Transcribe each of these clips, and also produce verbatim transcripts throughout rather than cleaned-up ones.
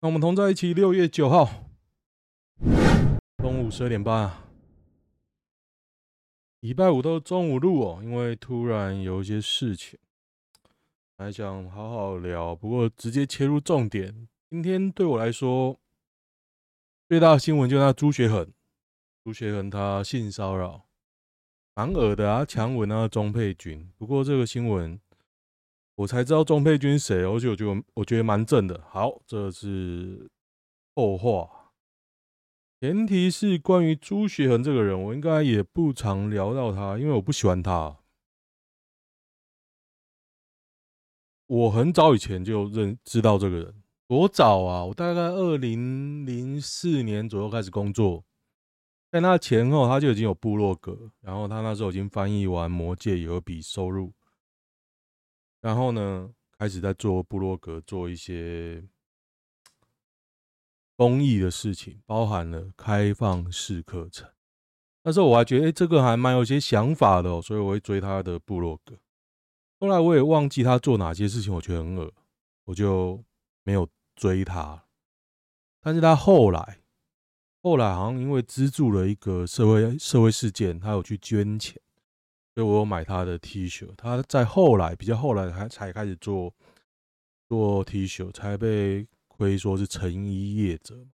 那我们同在一起，六月九号中午十二点半啊，礼拜五都中午录哦，因为突然有一些事情，还想好好聊，不过直接切入重点。今天对我来说最大的新闻就是那朱学恒，朱学恒他性骚扰，蛮恶的啊，强吻那个钟佩君。不过这个新闻我才知道钟佩君谁，而且我觉得我觉得蛮正的。好，这是后话。前提是关于朱学恒这个人，我应该也不常聊到他，因为我不喜欢他。我很早以前就认知道这个人，多早啊！我大概二零零四年左右开始工作，在那前后他就已经有部落格，然后他那时候已经翻译完《魔戒》，有一笔收入，然后呢，开始在做部落格，做一些公益的事情，包含了开放式课程。那时候我还觉得，哎、欸，这个还蛮有些想法的哦，所以我会追他的部落格。后来我也忘记他做哪些事情，我觉得很恶，我就没有追他。但是他后来，后来好像因为资助了一个社会社会事件，他有去捐钱，所以我有买他的 T 恤。他在后来比较后来才才开始做做 T 恤，才被亏说是成衣业者。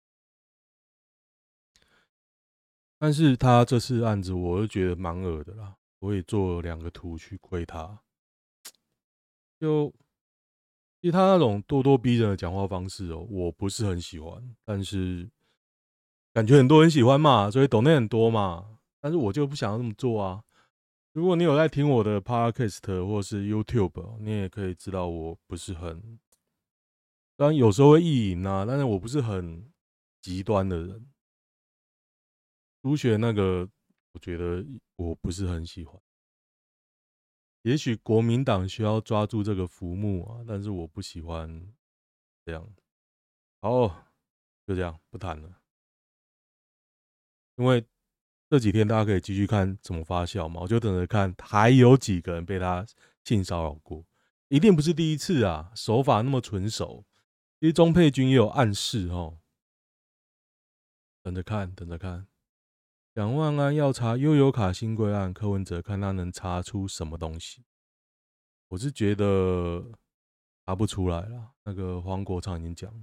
但是他这次案子，我就觉得蛮恶的啦。我也做了两个图去亏他，就其实他那种咄咄逼人的讲话方式哦，我不是很喜欢，但是感觉很多人喜欢嘛，所以抖内很多嘛。但是我就不想要这么做啊。如果你有在听我的 podcast 或是 YouTube，你也可以知道我不是很，当然有时候会意淫啊，但是我不是很极端的人。朱学那个，我觉得我不是很喜欢。也许国民党需要抓住这个浮木啊，但是我不喜欢这样。好，就这样不谈了，因为这几天大家可以继续看怎么发酵嘛，我就等着看还有几个人被他性骚扰过，一定不是第一次啊，手法那么纯熟。其实钟佩君也有暗示哦，等着看，等着看。蒋万安要查悠游卡新规案，柯文哲看他能查出什么东西。我是觉得查不出来啦，那个黄国昌已经讲了。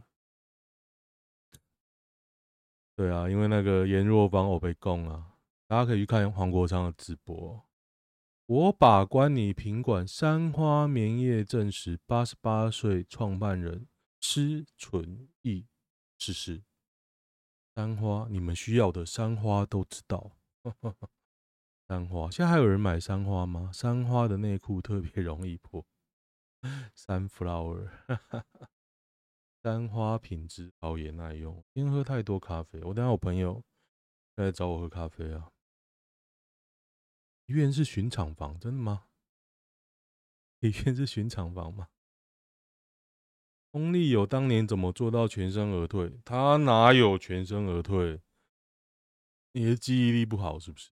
对啊，因为那个颜若芳我被供啊，大家可以去看黄国昌的直播。我把关你品管三花棉业证实，八十八岁创办人施纯义逝世。三花，你们需要的三花都知道。三花，现在还有人买三花吗？三花的内裤特别容易破。Sunflower，三花品质好也耐用。今天喝太多咖啡，我等下有朋友来找我喝咖啡啊。医院是巡厂房，真的吗？医院是巡厂房吗？翁立友当年怎么做到全身而退？他哪有全身而退？你的记忆力不好是不是？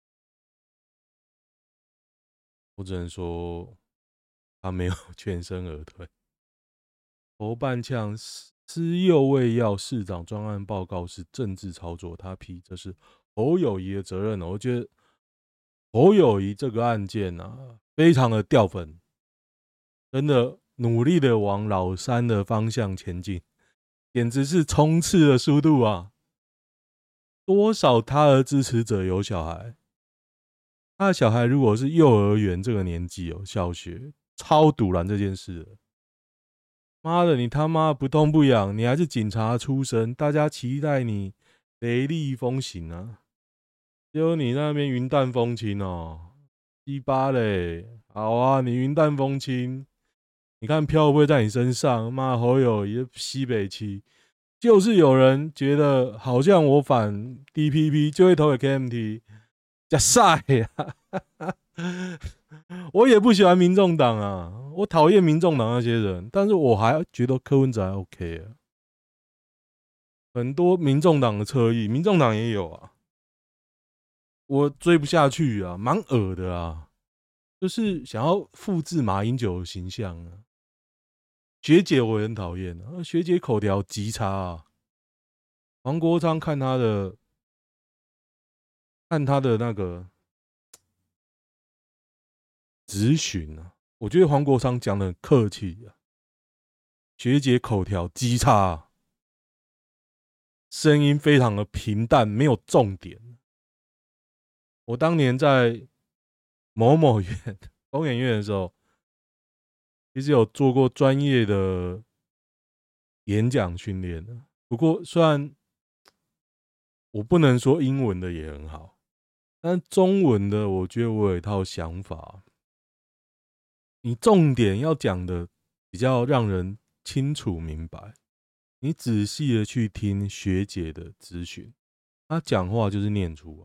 我只能说他没有全身而退。侯半呛施幼卫药市长专案报告是政治操作，他批这是侯友谊的责任。我觉得侯友谊这个案件啊，非常的掉粉，真的努力的往老三的方向前进，简直是冲刺的速度啊！多少他的支持者有小孩，他的小孩如果是幼儿园这个年纪哦，小学超堵拦这件事的。妈的，你他妈不痛不痒，你还是警察出身，大家期待你雷厉风行啊！只有你那边云淡风轻哦，鸡巴嘞！好啊，你云淡风轻，你看票会不会在你身上？妈侯友谊西北七，就是有人觉得好像我反 D P P 就会投给 K M T， 假赛呀！我也不喜欢民众党啊，我讨厌民众党那些人，但是我还觉得柯文哲还 OK 啊。很多民众党的侧翼，民众党也有啊，我追不下去啊，蛮恶的啊，就是想要复制马英九的形象啊。 学姐我也很讨厌啊，学姐口条极差啊。黄国昌看他的看他的那个质询啊，我觉得黄国昌讲的很客气啊，学姐口条极差啊，声音非常的平淡，没有重点。我当年在某某院公演院的时候，其实有做过专业的演讲训练的。不过，虽然我不能说英文的也很好，但中文的我觉得我有一套想法。你重点要讲的比较让人清楚明白，你仔细的去听学姐的咨询，她讲话就是念出啊，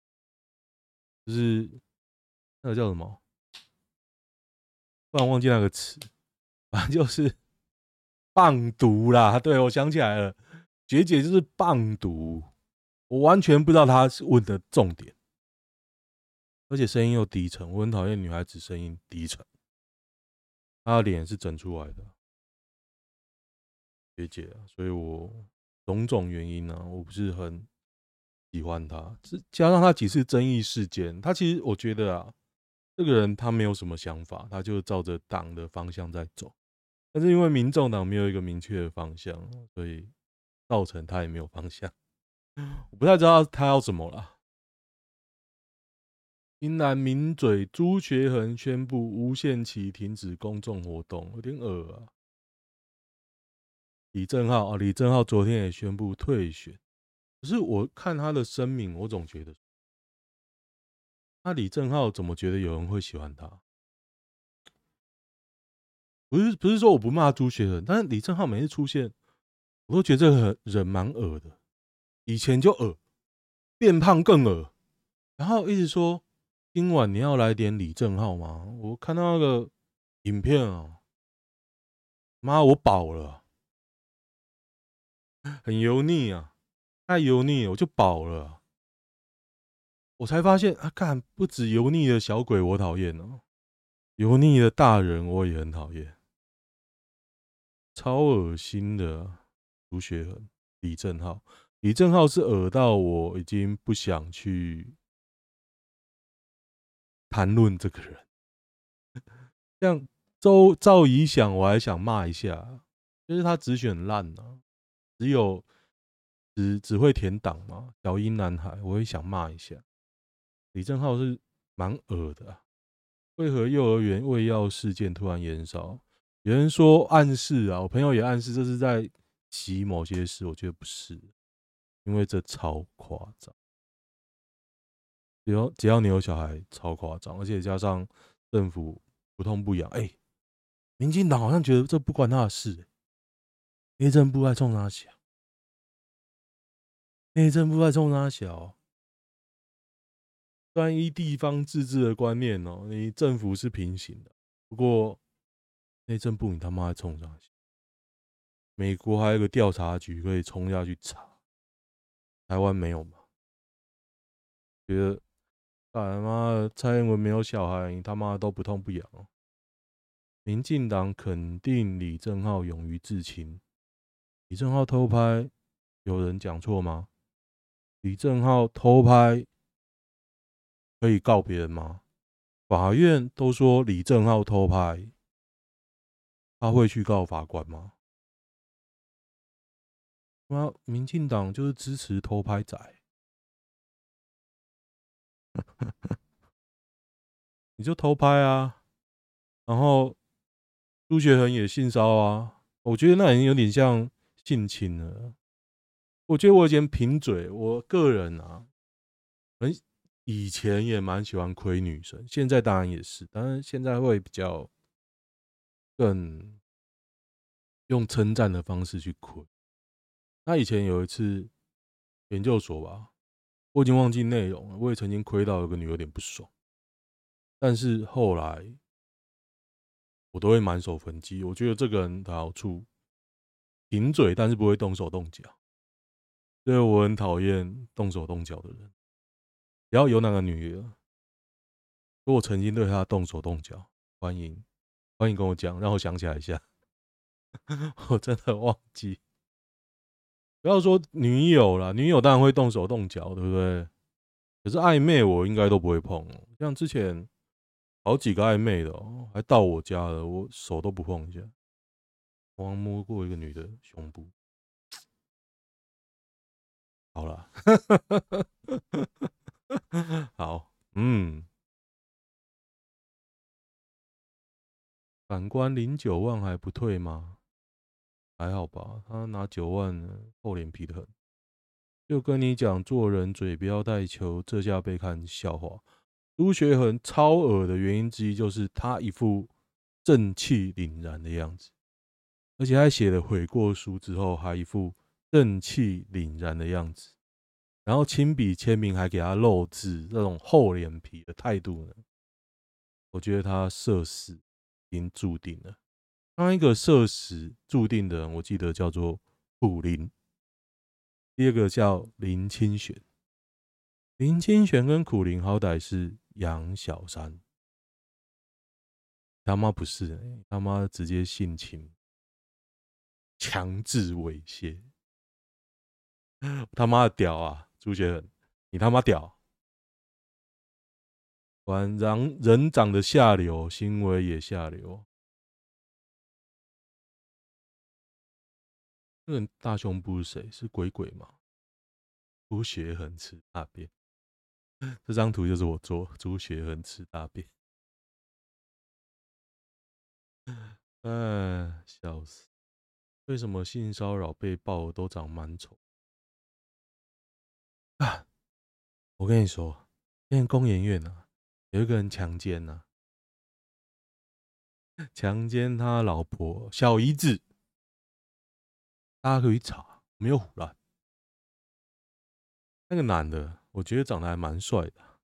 就是那个叫什么，突然忘记那个词，反正就是棒读啦。对，我想起来了，学姐就是棒读，我完全不知道她是问的重点，而且声音又低沉，我很讨厌女孩子声音低沉。她的脸是整出来的，学姐啊，所以我种种原因呢、啊，我不是很喜欢她。加上她几次争议事件，她其实我觉得啊，这个人他没有什么想法，他就照着党的方向在走。但是因为民众党没有一个明确的方向，所以造成他也没有方向。我不太知道他要什么啦。云南名嘴朱学恒宣布无限期停止公众活动，有点恶啊。李正浩啊，李正浩昨天也宣布退选。可是我看他的声明，我总觉得，那李正浩怎么觉得有人会喜欢他？不是不是说我不骂朱学恒，但是李正浩每次出现，我都觉得这个人蛮恶的。以前就恶，变胖更恶，然后一直说今晚你要来点李正浩吗？我看到那个影片啊，妈我饱了，很油腻啊，太油腻了，我就饱了啊。我才发现啊，干不止油腻的小鬼我讨厌哦，油腻的大人我也很讨厌，超恶心的啊。朱学恒、李正浩，李正浩是恶到我已经不想去谈论这个人。像周赵怡翔，我还想骂一下，就是他只选烂啊，只有只只会填党嘛，小英男孩，我也想骂一下。李正浩是蛮恶的啊，为何幼儿园喂药事件突然延烧？有人说暗示啊，我朋友也暗示这是在洗某些事，我觉得不是，因为这超夸张。只要只要你有小孩，超夸张，而且加上政府不痛不痒，哎、欸，民进党好像觉得这不关他的事、欸，内政部在冲他小，内政部在冲他小。虽然依地方自治的观念哦，你政府是平行的，不过内政部你他妈在冲啥小？美国还有一个调查局可以冲下去查，台湾没有嘛？觉得他妈的蔡英文没有小孩，你他妈都不痛不痒哦。民进党肯定李正浩勇于自清，李正浩偷拍，有人讲错吗？李正浩偷拍可以告别人吗？法院都说李正浩偷拍，他会去告法官吗？那民进党就是支持偷拍仔，你就偷拍啊，然后朱学恒也性骚啊，我觉得那已经有点像性侵了。我觉得我以前贫嘴，我个人啊，很以前也蛮喜欢亏女生，现在当然也是，但是现在会比较更用称赞的方式去亏。那以前有一次研究所吧，我已经忘记内容了，我也曾经亏到有个女有点不爽，但是后来我都会满手痕迹。我觉得这个人的好处，顶嘴但是不会动手动脚，所以我很讨厌动手动脚的人。只要有哪个女的，如果我曾经对她动手动脚，欢迎欢迎跟我讲，让我想起来一下。 我真的忘记。不要说女友啦，女友当然会动手动脚，对不对？可是暧昧我应该都不会碰哦。像之前好几个暧昧的哦，还到我家了，我手都不碰一下。我刚摸过一个女的胸部。好了，好，嗯，反观零九万还不退吗？还好吧，他拿九万呢厚脸皮的很。就跟你讲，做人嘴不要带球，这下被看笑话。朱学恒超恶的原因之一就是他一副正气凛然的样子，而且他写了悔过书之后，还一副正气凛然的样子，然后亲笔签名还给他漏字，这种厚脸皮的态度呢，我觉得他社死已经注定了。上一个社死注定的人，我记得叫做苦林，第二个叫林清玄。林清玄跟苦林好歹是杨小三，他妈不是、欸，他妈直接性侵、强制猥亵，他妈的屌啊！朱学恒，你他妈屌！果然人人长得下流，行为也下流。那个大胸部是谁？是鬼鬼吗？朱学恒吃大便，这张图就是我做。朱学恒吃大便，哎，笑死！为什么性骚扰被爆的都长蛮丑啊？我跟你说，今天工研院啊，有一个人强奸啊，强奸他老婆小姨子，大家可以查，没有胡乱。那个男的，我觉得长得还蛮帅的，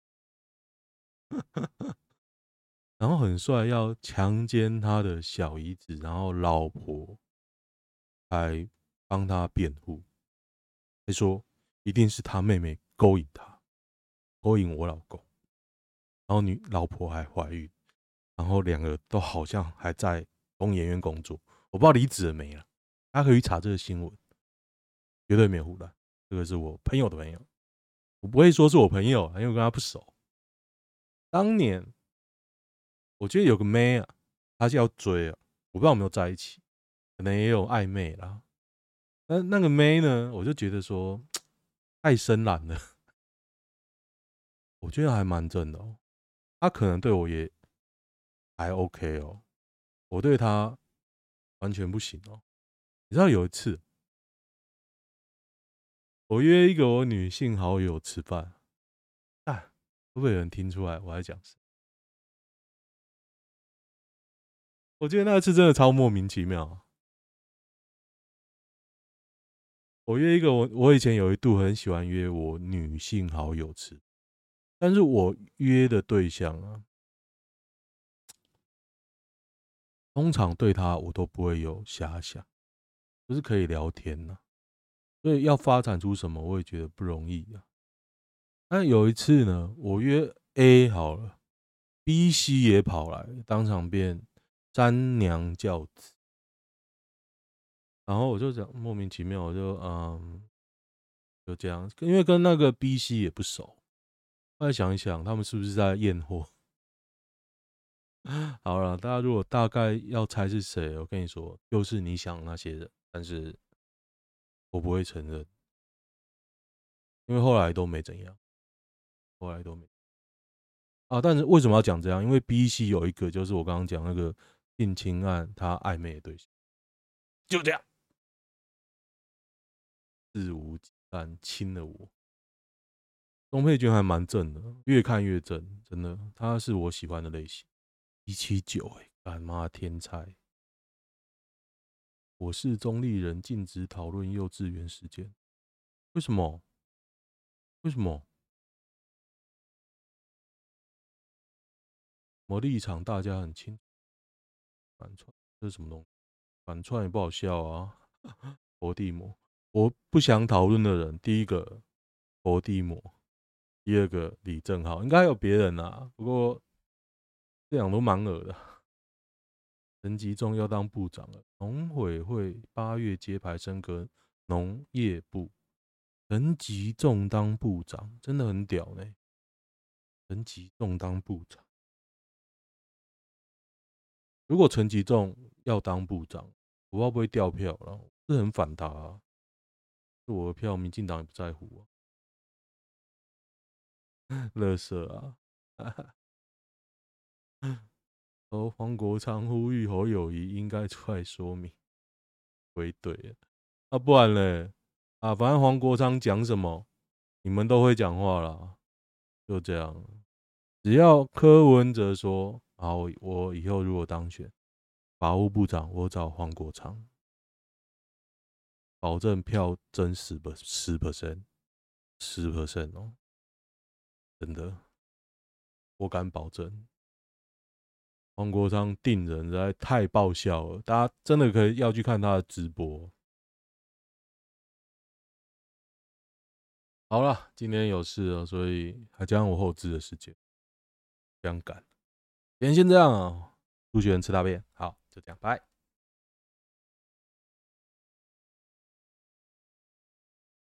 然后很帅，要强奸他的小姨子，然后老婆还帮他辩护，还说一定是他妹妹勾引他，勾引我老公，然后女老婆还怀孕，然后两个都好像还在工研院工作，我不知道离职了没了，大家可以查这个新闻，绝对没有胡乱。这个是我朋友的朋友，我不会说是我朋友，因为我跟他不熟。当年我觉得有个妹啊，她是要追啊，我不知道有没有在一起，可能也有暧昧啦。那那个妹呢，我就觉得说太深蓝了，我觉得还蛮正的哦。她可能对我也还 OK 哦，我对她完全不行哦。你知道有一次，我约一个我女性好友吃饭，啊，会不会有人听出来我在讲谁？我觉得那次真的超莫名其妙啊。我约一个我我以前有一度很喜欢约我女性好友吃，但是我约的对象啊，通常对他我都不会有遐想，就是可以聊天呐、啊所以要发展出什么，我也觉得不容易啊。那有一次呢，我约 A 好了，B、C 也跑来，当场变三娘教子，然后我就讲莫名其妙，我就嗯就这样，因为跟那个 B、C 也不熟，后来想一想，他们是不是在验货？好了，大家如果大概要猜是谁，我跟你说，就是你想那些人，但是我不会承认，因为后来都没怎样，后来都没啊。但是为什么要讲这样？因为 B、C 有一个就是我刚刚讲那个性侵案，他暧昧的对象，就这样肆无忌惮亲了我。钟佩君还蛮正的，越看越正，真的，他是我喜欢的类型。一七九，哎，干妈天才！我是中立人，禁止讨论幼稚园事件。为什么？为什么？我立场大家很清楚。反串这是什么东西？反串也不好笑啊。伏地魔，我不想讨论的人，第一个伏地魔，第二个李正浩，应该还有别人啊，不过这两都蛮恶的。 陈吉仲要当部长了，农委会八月揭牌升格农业部，陈吉仲当部长，真的很屌呢。陈吉仲当部长，如果陈吉仲要当部长，我不知道会不会掉票了，是很反他啊。是我的票，民进党也不在乎啊，垃圾啊！哦，黄国昌呼吁侯友谊应该出来说明，回怼了。啊，不然嘞，啊，反正黄国昌讲什么，你们都会讲话啦，就这样。只要柯文哲说，好，我以后如果当选法务部长，我找黄国昌，保证票增十十 percent，十 percent 哦，真的，我敢保证。黄国昌定人实在太爆笑了，大家真的可以要去看他的直播。好了，今天有事了，所以还加上我后置的时间，非常赶。今天先这样啊，朱学仁吃大便，好，就这样，拜。